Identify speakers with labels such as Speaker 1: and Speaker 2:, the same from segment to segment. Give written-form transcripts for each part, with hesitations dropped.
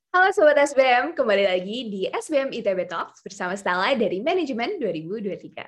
Speaker 1: Halo Sobat SBM, kembali lagi di SBM ITB Talks bersama Stella dari Manajemen 2023.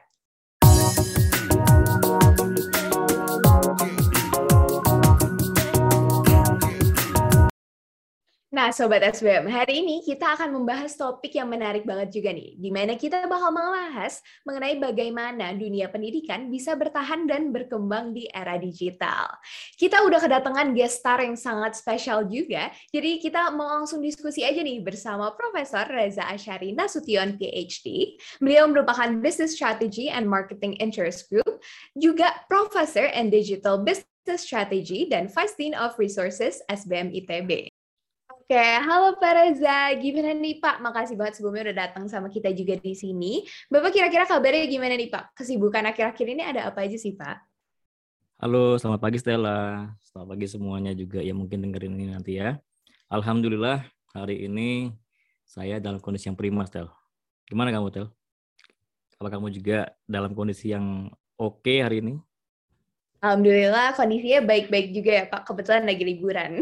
Speaker 1: Nah, Sobat SBM, hari ini kita akan membahas topik yang menarik banget juga nih, di mana kita bakal membahas mengenai bagaimana dunia pendidikan bisa bertahan dan berkembang di era digital. Kita udah kedatangan guest star yang sangat spesial juga, jadi kita mau langsung diskusi aja nih bersama Profesor Reza Asyari Nasution, PhD. Beliau merupakan Business Strategy and Marketing Interest Group, juga Professor and Digital Business Strategy dan Vice Dean of Resources SBM ITB. Oke, halo Pak Reza. Gimana nih Pak? Makasih banget sebelumnya udah datang sama kita juga di sini. Bapak kira-kira kabarnya gimana nih Pak? Kesibukan akhir-akhir ini ada apa aja sih Pak?
Speaker 2: Halo, selamat pagi Stella. Selamat pagi semuanya juga yang mungkin dengerin ini nanti ya. Alhamdulillah hari ini saya dalam kondisi yang prima, Stel. Gimana kamu, Tel? Apa kamu juga dalam kondisi yang oke hari ini?
Speaker 1: Alhamdulillah kondisinya baik-baik juga ya Pak. Kebetulan lagi liburan.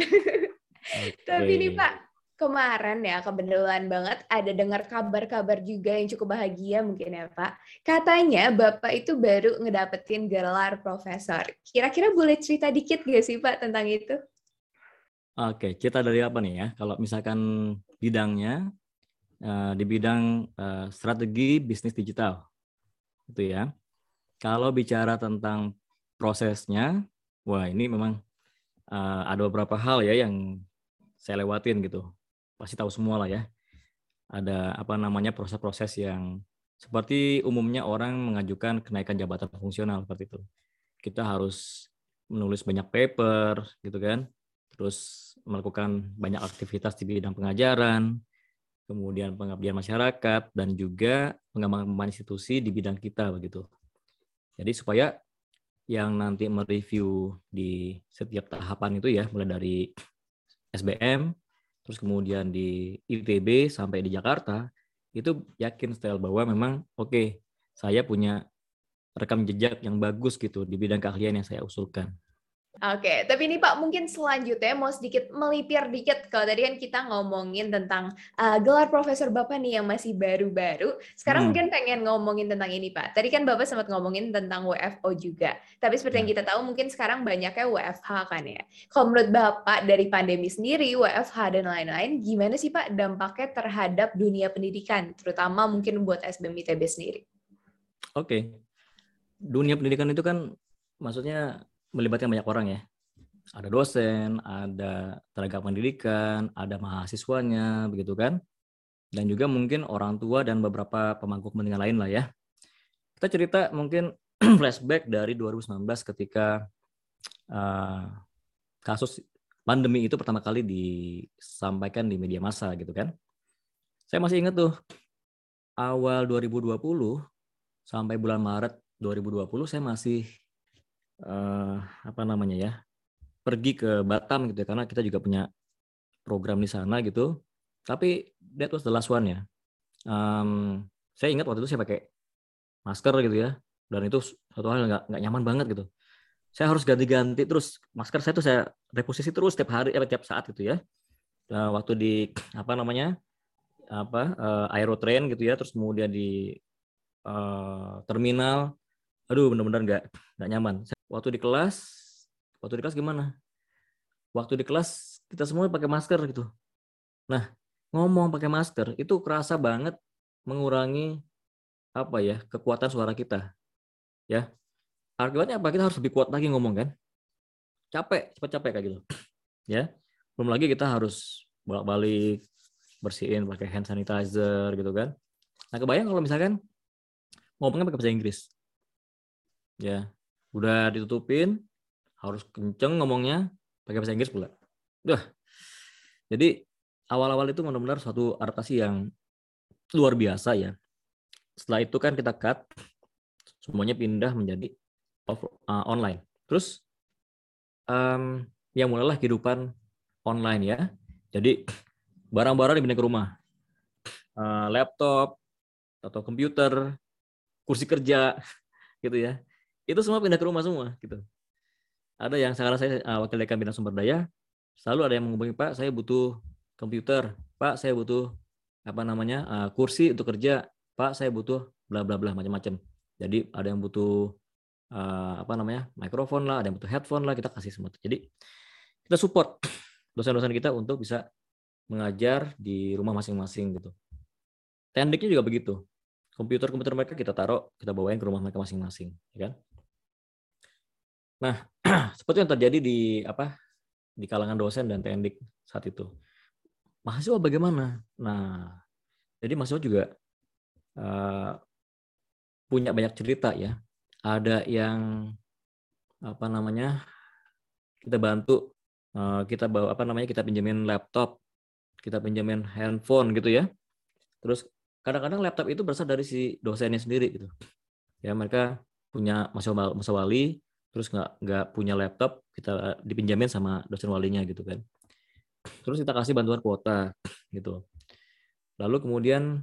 Speaker 1: Tapi nih
Speaker 2: Oke.
Speaker 1: Pak, kemarin ya kebetulan banget ada dengar kabar-kabar juga yang cukup bahagia mungkin ya Pak. Katanya Bapak itu baru ngedapetin gelar profesor. Kira-kira boleh cerita dikit gak sih Pak tentang itu?
Speaker 2: Oke, kita dari apa nih ya? Kalau misalkan bidangnya di bidang strategi bisnis digital, gitu ya. Kalau bicara tentang prosesnya, wah ini memang ada beberapa hal ya yang saya lewatin gitu. Pasti tahu semua lah ya. Ada apa namanya proses-proses yang seperti umumnya orang mengajukan kenaikan jabatan fungsional seperti itu. Kita harus menulis banyak paper gitu kan. Terus melakukan banyak aktivitas di bidang pengajaran, kemudian pengabdian masyarakat dan juga pengembangan institusi di bidang kita begitu. Jadi supaya yang nanti mereview di setiap tahapan itu ya, mulai dari SBM, terus kemudian di ITB sampai di Jakarta, itu yakin style bahwa memang oke, saya punya rekam jejak yang bagus gitu di bidang keahlian yang saya usulkan.
Speaker 1: Oke, tapi ini Pak mungkin selanjutnya mau sedikit melipir dikit. Kalau tadi kan kita ngomongin tentang gelar profesor Bapak nih yang masih baru-baru. Sekarang
Speaker 2: Hmm,
Speaker 1: mungkin pengen ngomongin tentang ini Pak. Tadi kan Bapak sempat ngomongin tentang WFO juga. Tapi seperti yang
Speaker 2: ya.
Speaker 1: kita tahu mungkin sekarang banyaknya WFH kan ya. Kalau menurut Bapak dari pandemi sendiri, WFH dan lain-lain, gimana sih Pak dampaknya terhadap dunia pendidikan, terutama mungkin buat SBM ITB sendiri?
Speaker 2: Oke, dunia pendidikan itu kan maksudnya melibatkan banyak orang ya. Ada dosen, ada tenaga pendidikan, ada mahasiswanya, begitu kan? Dan juga mungkin orang tua dan beberapa pemangku kepentingan lain lah ya. Kita cerita mungkin flashback dari 2019 ketika kasus pandemi itu pertama kali disampaikan di media massa gitu kan. Saya masih ingat tuh awal 2020 sampai bulan Maret 2020 saya masih apa namanya ya, pergi ke Batam gitu ya, karena kita juga punya program di sana gitu. Tapi that was the last one ya. Saya ingat waktu itu saya pakai masker gitu ya, dan itu satu hal yang nggak nyaman banget gitu. Saya harus ganti-ganti terus masker saya tuh, saya reposisi terus setiap hari, tiap saat gitu ya. Waktu di apa namanya, aerotrain gitu ya, terus kemudian di terminal, aduh benar-benar nggak nyaman. Waktu di kelas gimana? Waktu di kelas kita semua pakai masker gitu. Nah, ngomong pakai masker itu kerasa banget mengurangi apa ya, kekuatan suara kita ya. Akibatnya apa? Kita harus lebih kuat lagi ngomong kan. Capek, cepat capek kayak gitu ya. Belum lagi kita harus bolak-balik bersihin pakai hand sanitizer gitu kan. Nah, kebayang kalau misalkan ngomongnya pakai bahasa Inggris ya, udah ditutupin, harus kenceng ngomongnya pakai bahasa Inggris pula. Udah. Jadi awal-awal itu benar-benar suatu adaptasi yang luar biasa ya. Setelah itu kan kita cut, semuanya pindah menjadi online. Terus ya mulailah kehidupan online ya. Jadi barang-barang dipindah ke rumah, laptop atau komputer, kursi kerja gitu ya. Itu semua pindah ke rumah semua gitu. Ada yang sekarang saya wakil dekan bidang sumber daya, selalu ada yang menghubungi, Pak, saya butuh komputer. Pak saya butuh kursi untuk kerja, Pak saya butuh bla bla bla macam-macam. Jadi ada yang butuh mikrofon lah, ada yang butuh headphone lah, kita kasih semua. Jadi kita support dosen-dosen kita untuk bisa mengajar di rumah masing-masing gitu. Tekniknya juga begitu. Komputer mereka kita taruh, kita bawain ke rumah mereka masing-masing, ya kan? Nah, seperti yang terjadi di kalangan dosen dan teknik saat itu. Mahasiswa bagaimana? Nah, jadi mahasiswa juga punya banyak cerita ya. Ada yang kita bantu, kita pinjemin laptop, kita pinjemin handphone gitu ya. Terus kadang-kadang laptop itu berasal dari si dosennya sendiri gitu. Ya mereka punya masa wali, terus nggak punya laptop, kita dipinjamin sama dosen walinya gitu kan. Terus kita kasih bantuan kuota gitu. Lalu kemudian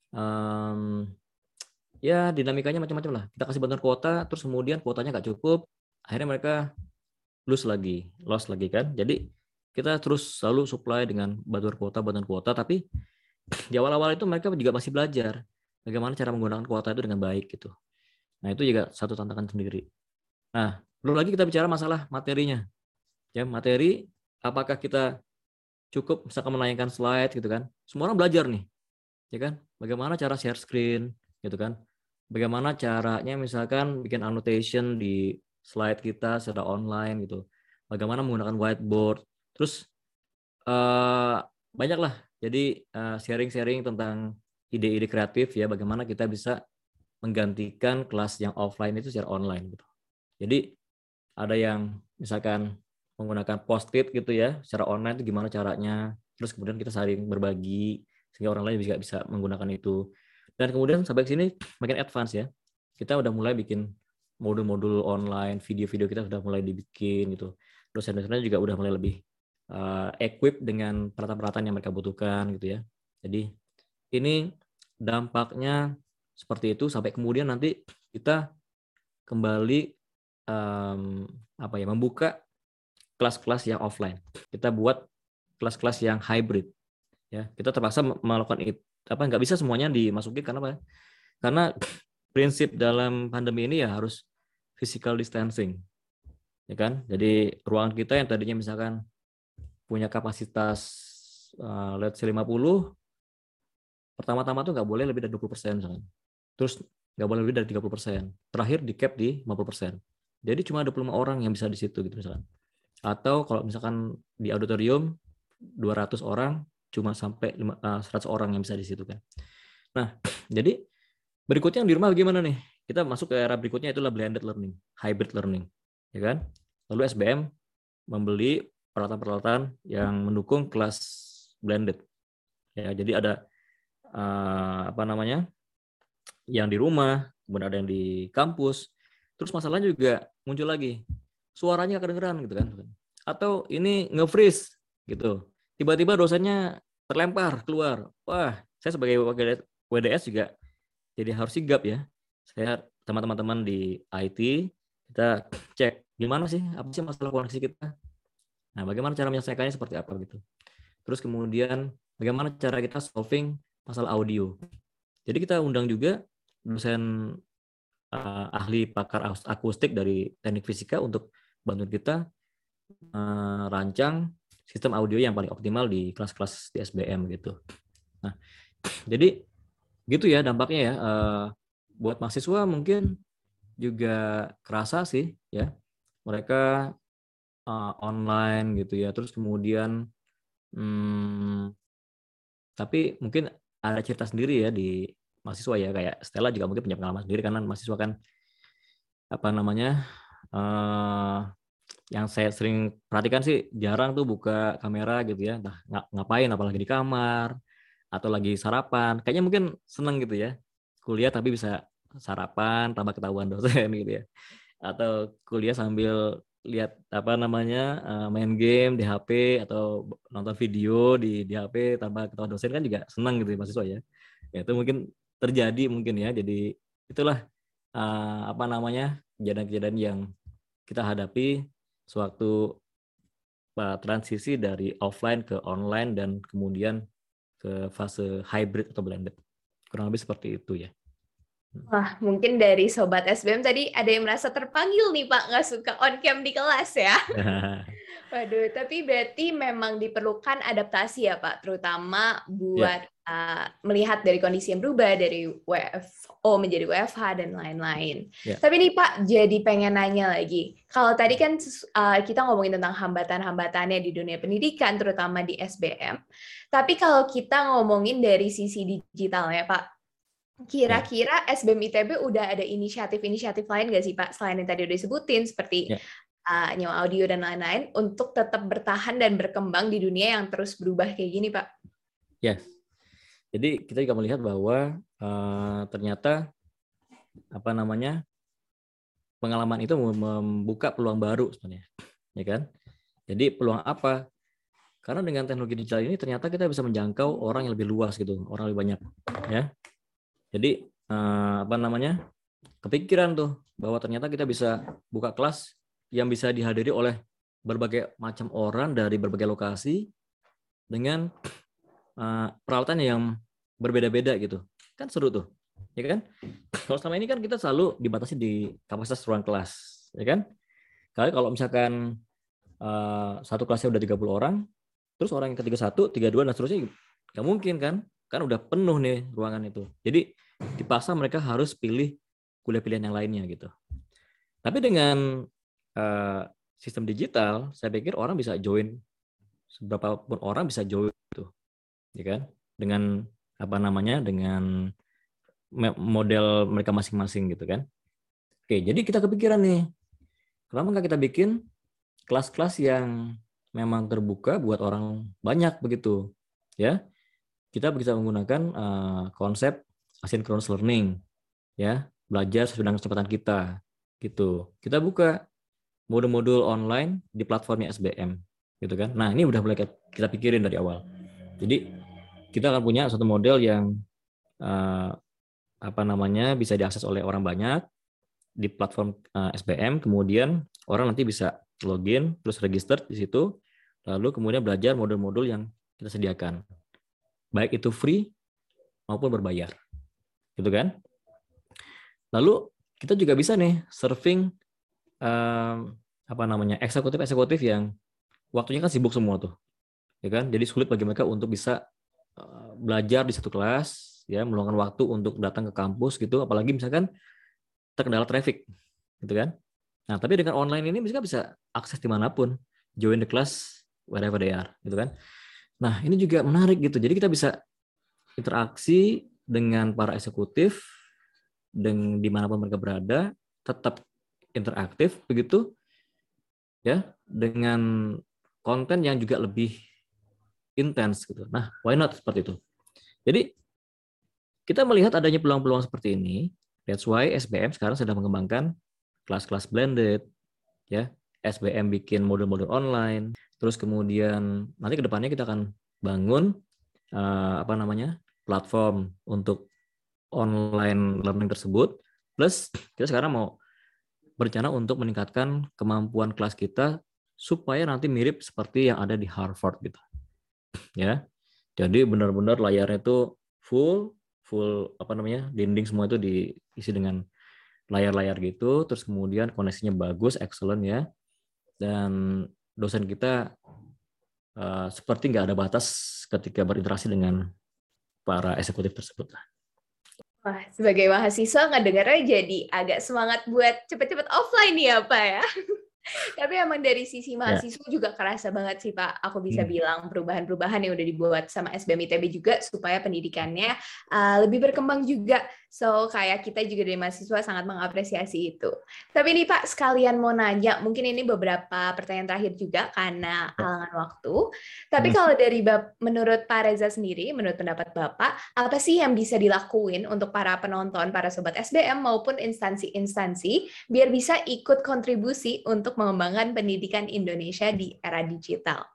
Speaker 2: ya dinamikanya macam-macam lah. Kita kasih bantuan kuota, terus kemudian kuotanya nggak cukup, akhirnya mereka loss lagi kan. Jadi kita terus selalu supply dengan bantuan kuota, tapi di awal-awal itu mereka juga masih belajar bagaimana cara menggunakan kuota itu dengan baik gitu. Nah itu juga satu tantangan sendiri. Nah belum lagi kita bicara masalah materinya. Ya materi, apakah kita cukup misalkan menayangkan slide gitu kan? Semua orang belajar nih, ya kan? Bagaimana cara share screen gitu kan? Bagaimana caranya misalkan bikin annotation di slide kita secara online gitu. Bagaimana menggunakan whiteboard. Terus banyak lah. Jadi sharing-sharing tentang ide-ide kreatif ya. Bagaimana kita bisa menggantikan kelas yang offline itu secara online gitu. Jadi ada yang misalkan menggunakan post-it gitu ya. Secara online itu gimana caranya. Terus kemudian kita saling berbagi sehingga orang lain juga bisa menggunakan itu. Dan kemudian sampai sini makin advance ya. Kita udah mulai bikin modul-modul online, video-video kita sudah mulai dibikin gitu. Dosen-dosennya juga udah mulai lebih equip dengan peralatan-peralatan yang mereka butuhkan gitu ya. Jadi ini dampaknya seperti itu sampai kemudian nanti kita kembali membuka kelas-kelas yang offline. Kita buat kelas-kelas yang hybrid ya. Kita terpaksa melakukan itu. Nggak bisa semuanya dimasuki karena prinsip dalam pandemi ini ya harus physical distancing, ya kan? Jadi ruangan kita yang tadinya misalkan punya kapasitas let's say 50, pertama-tama tuh nggak boleh lebih dari 20% misalkan. Terus nggak boleh lebih dari 30%. Terakhir di cap di 50%. Jadi cuma 25 orang yang bisa di situ gitu misalkan. Atau kalau misalkan di auditorium 200 orang cuma sampai 100 orang yang bisa di situ kan. Nah, jadi berikutnya yang di rumah bagaimana nih? Kita masuk ke era berikutnya itulah blended learning, hybrid learning, ya kan? Lalu SBM membeli peralatan-peralatan yang mendukung kelas blended. Ya, jadi ada yang di rumah, kemudian ada yang di kampus. Terus masalahnya juga muncul lagi, suaranya kedengeran gitu kan? Atau ini nge-freeze gitu. Tiba-tiba dosennya terlempar keluar. Wah, saya sebagai wakil WDS juga jadi harus sigap ya. Saya teman-teman di IT kita cek gimana sih, apa sih masalah koneksi kita. Nah, bagaimana cara menyelesaikannya seperti apa gitu. Terus kemudian bagaimana cara kita solving masalah audio. Jadi kita undang juga dosen ahli pakar akustik dari teknik fisika untuk bantu kita rancang sistem audio yang paling optimal di kelas-kelas di SBM gitu. Nah, jadi gitu ya dampaknya ya. Buat mahasiswa mungkin juga kerasa sih ya. Mereka online gitu ya. Terus kemudian tapi mungkin ada cerita sendiri ya di mahasiswa ya, kayak Stella juga mungkin punya pengalaman sendiri karena mahasiswa kan yang saya sering perhatikan sih jarang tuh buka kamera gitu ya, nah ngapain apalagi di kamar atau lagi sarapan, kayaknya mungkin seneng gitu ya kuliah tapi bisa sarapan tanpa ketahuan dosen gitu ya, atau kuliah sambil lihat main game di HP atau nonton video di HP tanpa ketahuan dosen kan juga senang gitu ya mahasiswa ya. Ya itu mungkin terjadi mungkin ya, jadi itulah kejadian-kejadian yang kita hadapi sewaktu transisi dari offline ke online dan kemudian ke fase hybrid atau blended. Kurang lebih seperti itu ya.
Speaker 1: Wah, mungkin dari Sobat SBM tadi ada yang merasa terpanggil nih Pak, nggak suka on cam di kelas ya. Waduh, tapi berarti memang diperlukan adaptasi ya Pak, terutama
Speaker 2: Ya,
Speaker 1: buat melihat dari kondisi yang berubah dari WFO menjadi WFH dan lain-lain.
Speaker 2: ya.
Speaker 1: Tapi nih Pak, jadi pengen nanya lagi. Kalau tadi kan kita ngomongin tentang hambatan-hambatannya di dunia pendidikan, terutama di SBM. Tapi kalau kita ngomongin dari sisi digitalnya Pak,
Speaker 2: Ya,
Speaker 1: kira-kira SBM ITB udah ada inisiatif-inisiatif lain nggak sih Pak, selain yang tadi udah disebutin, seperti
Speaker 2: ya,
Speaker 1: nyawa audio dan lain-lain, untuk tetap bertahan dan berkembang di dunia yang terus berubah kayak gini, Pak?
Speaker 2: ya. Jadi kita juga melihat bahwa ternyata apa namanya pengalaman itu membuka peluang baru sebenarnya, ya kan? Jadi peluang apa? Karena dengan teknologi digital ini ternyata kita bisa menjangkau orang yang lebih luas gitu, orang lebih banyak, ya. Jadi apa namanya? Kepikiran tuh bahwa ternyata kita bisa buka kelas yang bisa dihadiri oleh berbagai macam orang dari berbagai lokasi dengan peralatan yang berbeda-beda gitu. Kan seru tuh, ya kan? Kalau selama ini kan kita selalu dibatasi di kapasitas ruang kelas, ya kan? Kalau misalkan satu kelasnya udah 30 orang, terus orang yang ke-31, 32 dan seterusnya nggak mungkin kan? Kan udah penuh nih ruangan itu. Jadi dipaksa mereka harus pilih kuliah pilihan yang lainnya gitu. Tapi dengan sistem digital, saya pikir orang bisa join, seberapa pun orang bisa join gitu, ya kan? Dengan apa namanya? Dengan model mereka masing-masing gitu kan. Oke, jadi kita kepikiran nih, kenapa nggak kita bikin kelas-kelas yang memang terbuka buat orang banyak begitu, ya? Kita bisa menggunakan konsep asynchronous learning, ya, belajar sesuai dengan kecepatan kita, gitu. Kita buka modul-modul online di platformnya SBM, gitu kan? Nah, ini udah mulai kita pikirin dari awal. Jadi kita akan punya satu model yang apa namanya bisa diakses oleh orang banyak di platform SBM, kemudian orang nanti bisa login terus register di situ, lalu kemudian belajar modul-modul yang kita sediakan, baik itu free maupun berbayar, gitu kan? Lalu kita juga bisa nih surfing apa namanya eksekutif yang waktunya kan sibuk semua tuh, ya kan? Jadi sulit bagi mereka untuk bisa belajar di satu kelas, ya, meluangkan waktu untuk datang ke kampus gitu, apalagi misalkan terkendala traffic, gitu kan? Nah, tapi dengan online ini mereka bisa akses dimanapun, join the class wherever they are, gitu kan? Nah, ini juga menarik gitu. Jadi kita bisa interaksi dengan para eksekutif dan dimanapun mereka berada, tetap interaktif begitu, ya, dengan konten yang juga lebih intens gitu. Nah, why not seperti itu? Jadi kita melihat adanya peluang-peluang seperti ini. That's why SBM sekarang sedang mengembangkan kelas-kelas blended, ya. SBM bikin modul-modul online. Terus kemudian nanti ke depannya kita akan bangun apa namanya platform untuk online learning tersebut. Plus kita sekarang mau berencana untuk meningkatkan kemampuan kelas kita supaya nanti mirip seperti yang ada di Harvard gitu, ya. Jadi benar-benar layarnya itu full apa namanya dinding semua itu diisi dengan layar-layar gitu, terus kemudian koneksinya bagus, excellent ya, dan dosen kita seperti nggak ada batas ketika berinteraksi dengan para eksekutif tersebut.
Speaker 1: Wah, sebagai mahasiswa ngedengarnya jadi agak semangat buat cepet-cepet offline ya, Pak ya. Tapi emang dari sisi
Speaker 2: Ya.
Speaker 1: mahasiswa juga kerasa banget sih Pak, aku bisa bilang perubahan-perubahan yang udah dibuat sama SBM ITB juga supaya pendidikannya lebih berkembang juga. So kayak kita juga dari mahasiswa sangat mengapresiasi itu. Tapi nih Pak, sekalian mau nanya, mungkin ini beberapa pertanyaan terakhir juga karena halangan waktu. Tapi kalau dari menurut Pak Reza sendiri, menurut pendapat Bapak, apa sih yang bisa dilakuin untuk para penonton, para sobat SBM maupun instansi-instansi biar bisa ikut kontribusi untuk mengembangkan pendidikan Indonesia di era digital?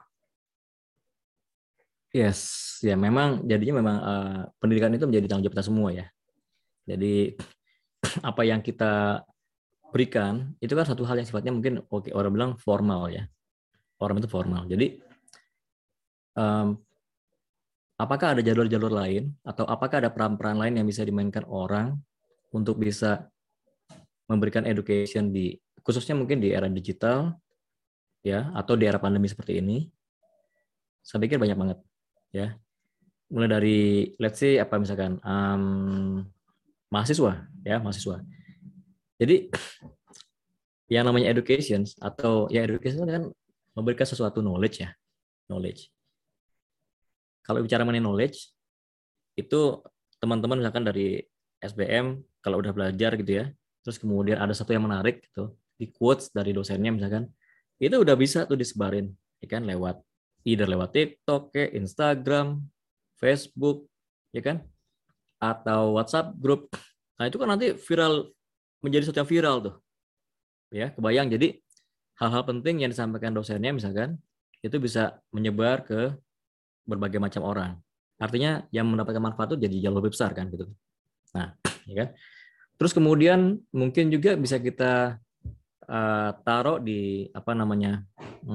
Speaker 2: Yes, ya memang jadinya memang pendidikan itu menjadi tanggung jawab kita semua ya. Jadi apa yang kita berikan itu kan satu hal yang sifatnya mungkin orang bilang formal ya. Orang itu formal. Jadi apakah ada jalur-jalur lain atau apakah ada peran-peran lain yang bisa dimainkan orang untuk bisa memberikan education di khususnya mungkin di era digital ya atau di era pandemi seperti ini. Saya pikir banyak banget ya. Mulai dari let's say apa misalkan mahasiswa ya, mahasiswa. Jadi yang namanya education atau ya education kan memberikan sesuatu knowledge ya, knowledge. Kalau bicara mengenai knowledge itu teman-teman misalkan dari SBM kalau udah belajar gitu ya, terus kemudian ada satu yang menarik gitu, di quotes dari dosennya misalkan, itu udah bisa tuh disebarin, ya kan lewat either lewat TikTok, kayak Instagram, Facebook, ya kan, atau WhatsApp grup. Nah itu kan nanti viral menjadi sesuatu yang viral tuh, ya kebayang. Jadi hal-hal penting yang disampaikan dosennya misalkan itu bisa menyebar ke berbagai macam orang. Artinya yang mendapatkan manfaat itu jadi jauh lebih besar kan gitu. Nah, ya kan. Terus kemudian mungkin juga bisa kita taruh di apa namanya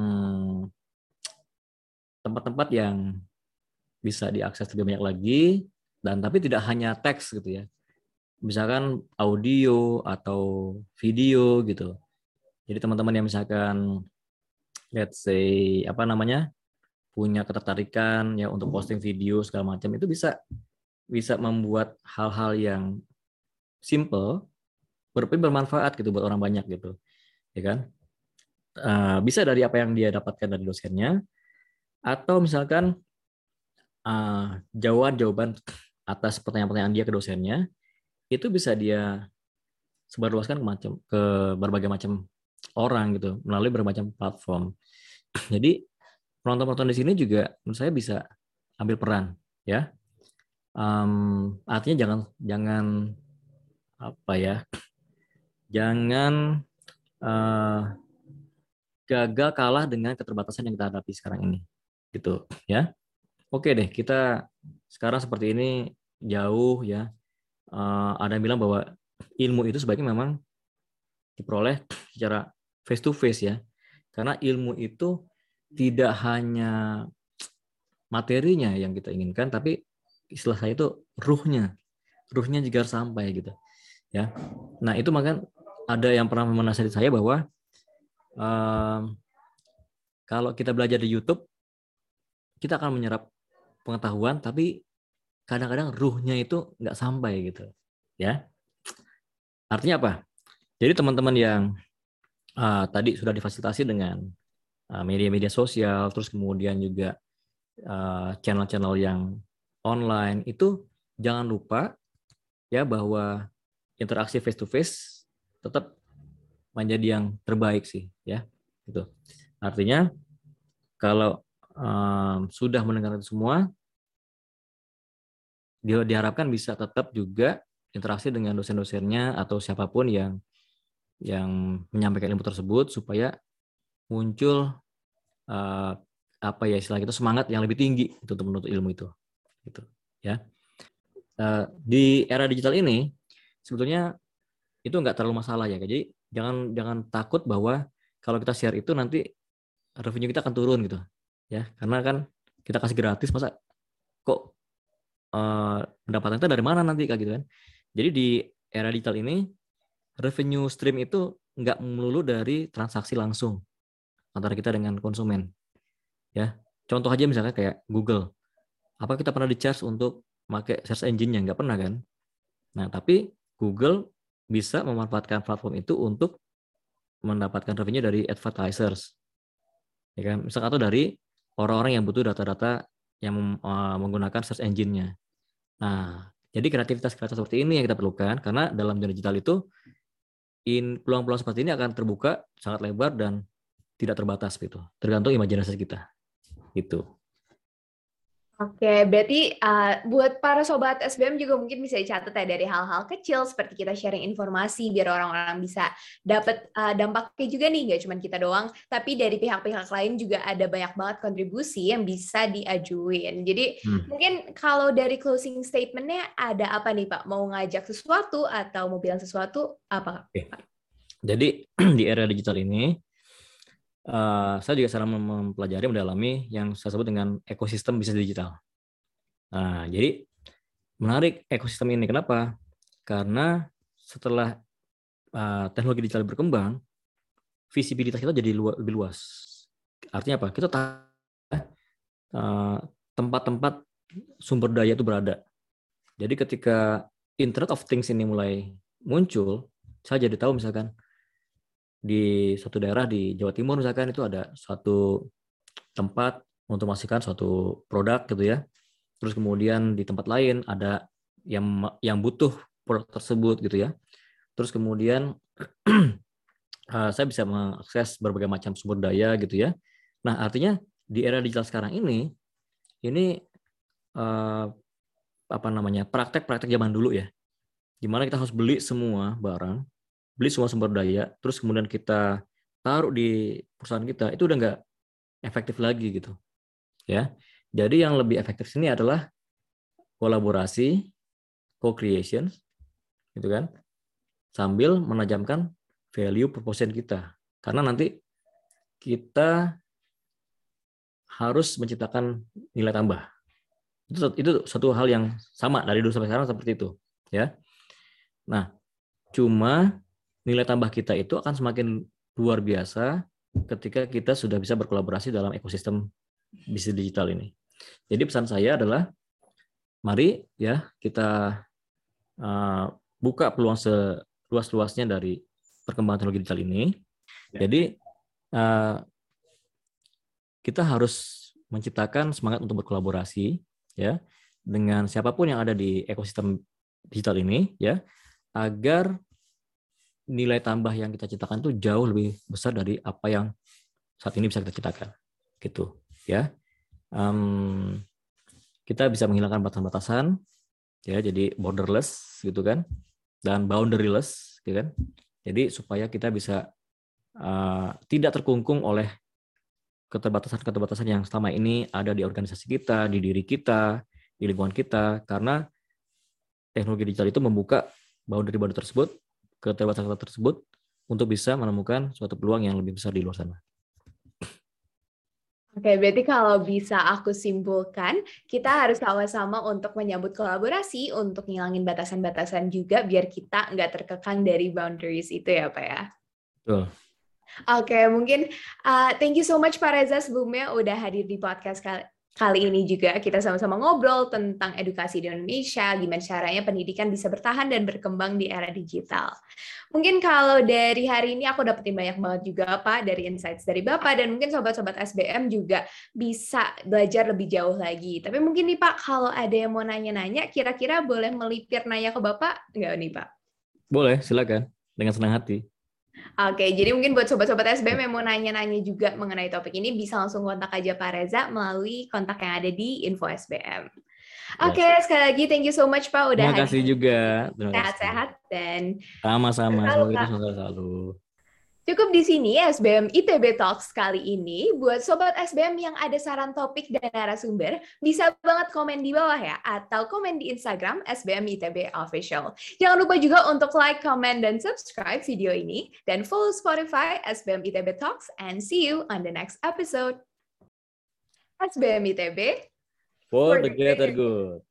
Speaker 2: tempat-tempat yang bisa diakses lebih banyak lagi dan tapi tidak hanya teks gitu ya. Misalkan audio atau video gitu. Jadi teman-teman yang misalkan let's say apa namanya punya ketertarikan ya untuk posting video segala macam itu bisa membuat hal-hal yang simple bermanfaat gitu buat orang banyak gitu, ya kan? Bisa dari apa yang dia dapatkan dari dosennya, atau misalkan jawaban atas pertanyaan-pertanyaan dia ke dosennya itu bisa dia sebarluaskan ke berbagai macam orang gitu melalui berbagai macam platform. Jadi penonton-penonton di sini juga menurut saya bisa ambil peran, ya. Artinya jangan apa ya, jangan gagal kalah dengan keterbatasan yang kita hadapi sekarang ini, gitu, ya. Oke deh, kita sekarang seperti ini jauh ya. Ada yang bilang bahwa ilmu itu sebaiknya memang diperoleh secara face to face ya, karena ilmu itu tidak hanya materinya yang kita inginkan, tapi istilah saya itu ruhnya juga harus sampai gitu ya. Nah itu maka ada yang pernah menasihati saya bahwa kalau kita belajar di YouTube kita akan menyerap pengetahuan tapi kadang-kadang ruhnya itu nggak sampai gitu ya. Artinya apa? Jadi teman-teman yang tadi sudah difasilitasi dengan media-media sosial, terus kemudian juga channel-channel yang online itu jangan lupa ya bahwa interaksi face to face tetap menjadi yang terbaik sih ya. Gitu. Artinya kalau sudah mendengar itu semua, diharapkan bisa tetap juga interaksi dengan dosen-dosennya atau siapapun yang menyampaikan ilmu tersebut supaya muncul apa ya istilah kita semangat yang lebih tinggi untuk menuntut ilmu itu, gitu ya. Di era digital ini sebetulnya itu nggak terlalu masalah ya, jadi jangan takut bahwa kalau kita share itu nanti revenue kita akan turun gitu ya, karena kan kita kasih gratis masa kok pendapatan itu dari mana nanti kayak gitu kan. Jadi di era digital ini revenue stream itu nggak melulu dari transaksi langsung antara kita dengan konsumen ya. Contoh aja misalnya kayak Google, apa kita pernah di-charge untuk pakai search engine-nya? Nggak pernah kan. Nah tapi Google bisa memanfaatkan platform itu untuk mendapatkan revenue dari advertisers ya kan, misalnya atau dari orang-orang yang butuh data-data yang menggunakan search engine-nya. Nah, jadi kreativitas seperti ini yang kita perlukan karena dalam dunia digital itu peluang-peluang seperti ini akan terbuka sangat lebar dan tidak terbatas gitu. Tergantung imajinasi kita. Gitu.
Speaker 1: Oke, berarti buat para sobat SBM juga mungkin bisa dicatat ya dari hal-hal kecil seperti kita sharing informasi biar orang-orang bisa dapat dampaknya juga nih, nggak cuma kita doang, tapi dari pihak-pihak lain juga ada banyak banget kontribusi yang bisa diajuin. Jadi mungkin kalau dari closing statement-nya ada apa nih Pak? Mau ngajak sesuatu atau mau bilang sesuatu apa?
Speaker 2: Oke. Jadi di era digital ini saya juga sedang mempelajari, mendalami yang saya sebut dengan ekosistem bisnis digital. Nah, jadi menarik ekosistem ini. Kenapa? Karena setelah teknologi digital berkembang, visibilitas kita jadi lebih luas. Artinya apa? Kita tahu tempat-tempat sumber daya itu berada. Jadi ketika Internet of Things ini mulai muncul, saya jadi tahu misalkan di suatu daerah di Jawa Timur misalkan itu ada suatu tempat untuk memastikan suatu produk gitu ya. Terus kemudian di tempat lain ada yang butuh produk tersebut gitu ya. Terus kemudian saya bisa mengakses berbagai macam sumber daya gitu ya. Nah, artinya di era digital sekarang ini praktek-praktek zaman dulu ya. Gimana kita harus beli semua barang, beli semua sumber daya, terus kemudian kita taruh di perusahaan kita, itu udah nggak efektif lagi gitu. Ya. Jadi yang lebih efektif sini adalah kolaborasi, co-creation, gitu kan, sambil menajamkan value proposition kita. Karena nanti kita harus menciptakan nilai tambah. Itu satu hal yang sama dari dulu sampai sekarang seperti itu, ya. Nah, cuma nilai tambah kita itu akan semakin luar biasa ketika kita sudah bisa berkolaborasi dalam ekosistem bisnis digital ini. Jadi pesan saya adalah mari ya kita buka peluang seluas-luasnya dari perkembangan teknologi digital ini. Jadi kita harus menciptakan semangat untuk berkolaborasi ya dengan siapapun yang ada di ekosistem digital ini ya, agar nilai tambah yang kita ciptakan itu jauh lebih besar dari apa yang saat ini bisa kita ciptakan gitu ya. Kita bisa menghilangkan batasan-batasan ya, jadi borderless gitu kan, dan boundaryless gitu kan. Jadi supaya kita bisa tidak terkungkung oleh keterbatasan-keterbatasan yang selama ini ada di organisasi kita, di diri kita, di lingkungan kita, karena teknologi digital itu membuka boundary tersebut, keterbatasan tersebut, untuk bisa menemukan suatu peluang yang lebih besar di luar sana.
Speaker 1: Oke, berarti kalau bisa aku simpulkan, kita harus sama-sama untuk menyambut kolaborasi, untuk ngilangin batasan-batasan juga, biar kita nggak terkekang dari boundaries itu ya, Pak ya?
Speaker 2: Betul.
Speaker 1: Oke, mungkin thank you so much Pak Reza sebelumnya udah hadir di podcast kali ini juga. Kita sama-sama ngobrol tentang edukasi di Indonesia, gimana caranya pendidikan bisa bertahan dan berkembang di era digital. Mungkin kalau dari hari ini aku dapetin banyak banget juga Pak dari insights dari Bapak, dan mungkin sobat-sobat SBM juga bisa belajar lebih jauh lagi. Tapi mungkin nih Pak, kalau ada yang mau nanya-nanya, kira-kira boleh melipir nanya ke Bapak nggak nih Pak?
Speaker 2: Boleh, silakan. Dengan senang hati.
Speaker 1: Oke, jadi mungkin buat sobat-sobat SBM yang mau nanya-nanya juga mengenai topik ini, bisa langsung kontak aja Pak Reza melalui kontak yang ada di info SBM. Oke, sekali lagi thank you so much Pak udah
Speaker 2: hadir. Terima kasih juga.
Speaker 1: Sehat-sehat dan
Speaker 2: sama-sama. Semoga kita selalu.
Speaker 1: Cukup di sini SBM ITB Talks kali ini. Buat sobat SBM yang ada saran topik dan narasumber, bisa banget komen di bawah ya, atau komen di Instagram SBM ITB Official. Jangan lupa juga untuk like, comment, dan subscribe video ini, dan follow Spotify SBM ITB Talks, and see you on the next episode. SBM ITB
Speaker 2: for the greater good.